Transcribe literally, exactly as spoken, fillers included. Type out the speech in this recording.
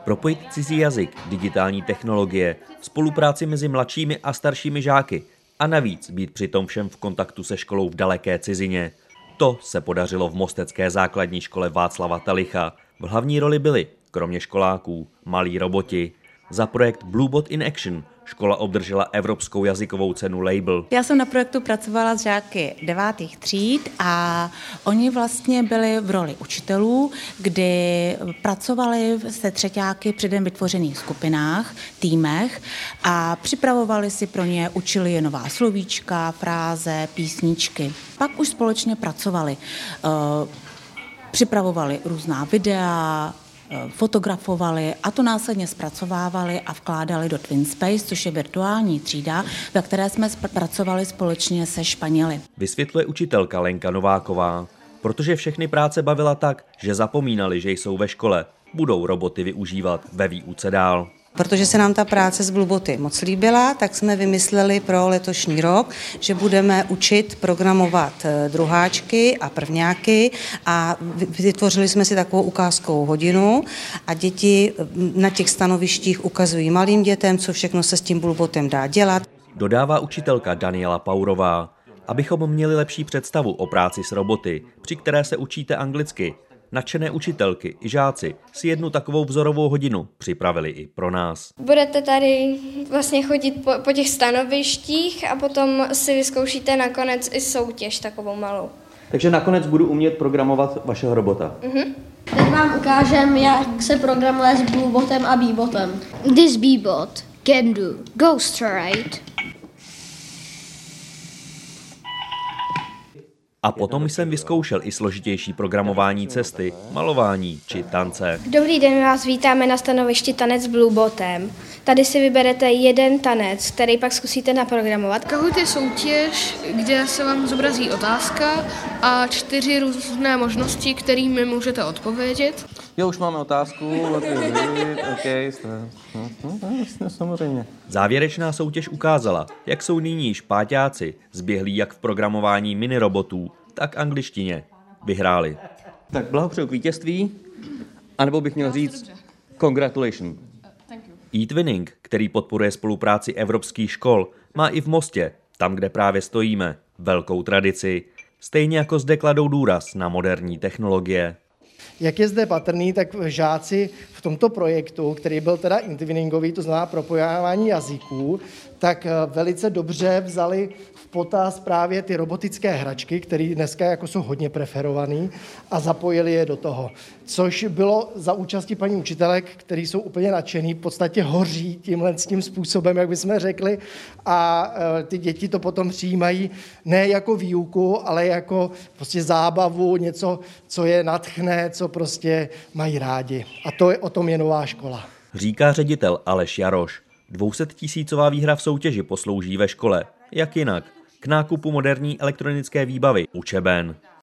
Propojit cizí jazyk, digitální technologie, spolupráci mezi mladšími a staršími žáky a navíc být přitom všem v kontaktu se školou v daleké cizině. To se podařilo v mostecké základní škole Václava Talicha. V hlavní roli byli, kromě školáků, malí roboti. Za projekt Bluebot in Action škola obdržela evropskou jazykovou cenu Label. Já jsem na projektu pracovala s žáky devátých tříd a oni vlastně byli v roli učitelů, kdy pracovali se třeťáky v předem vytvořených skupinách, týmech a připravovali si pro ně, učili je nová slovíčka, fráze, písničky. Pak už společně pracovali, připravovali různá videa, fotografovali a to následně zpracovávali a vkládali do TwinSpace, což je virtuální třída, ve které jsme pracovali společně se Španěli. Vysvětluje učitelka Lenka Nováková, protože všechny práce bavila tak, že zapomínali, že jsou ve škole, budou roboty využívat ve výuce dál. Protože se nám ta práce s Blueboty moc líbila, tak jsme vymysleli pro letošní rok, že budeme učit programovat druháčky a prvňáky a vytvořili jsme si takovou ukázkovou hodinu a děti na těch stanovištích ukazují malým dětem, co všechno se s tím Bluebotem dá dělat. Dodává učitelka Daniela Paurová. Abychom měli lepší představu o práci s roboty, při které se učíte anglicky, nadšené učitelky i žáci si jednu takovou vzorovou hodinu připravili i pro nás. Budete tady vlastně chodit po, po těch stanovištích a potom si vyzkoušíte nakonec i soutěž takovou malou. Takže nakonec budu umět programovat vašeho robota. Mhm. Teď vám ukážem, jak se programuje s Bluebotem a Beebotem. This Beebot can do ghost ride. A potom jsem vyzkoušel i složitější programování cesty, malování či tance. Dobrý den, vás vítáme na stanovišti Tanec s Bluebotem. Tady si vyberete jeden tanec, který pak zkusíte naprogramovat. Kahoot je soutěž, kde se vám zobrazí otázka a čtyři různé možnosti, kterými můžete odpovědět. Jo, už máme otázku, okay, samozřejmě. Závěrečná soutěž ukázala, jak jsou nyní špáťáci zběhlí jak v programování minirobotů, tak angličtině. Vyhráli. Tak blahopřeju k vítězství, anebo bych měl říct congratulations. eTwinning, který podporuje spolupráci evropských škol, má i v Mostě, tam, kde právě stojíme, velkou tradici. Stejně jako zde kladou důraz na moderní technologie. Jak je zde patrný, tak žáci v tomto projektu, který byl teda eTwinningový, to znamená propojování jazyků, tak velice dobře vzali v potaz právě ty robotické hračky, které dneska jako jsou hodně preferované a zapojili je do toho. Což bylo za účasti paní učitelek, kteří jsou úplně nadšený, v podstatě hoří tímhle tím způsobem, jak bychom řekli, a ty děti to potom přijímají ne jako výuku, ale jako prostě zábavu, něco, co je nadchne, co prostě mají rádi. A to je, o tom je nová škola. Říká ředitel Aleš Jaroš. dvousettisícová výhra v soutěži poslouží ve škole. Jak jinak? K nákupu moderní elektronické výbavy učeben.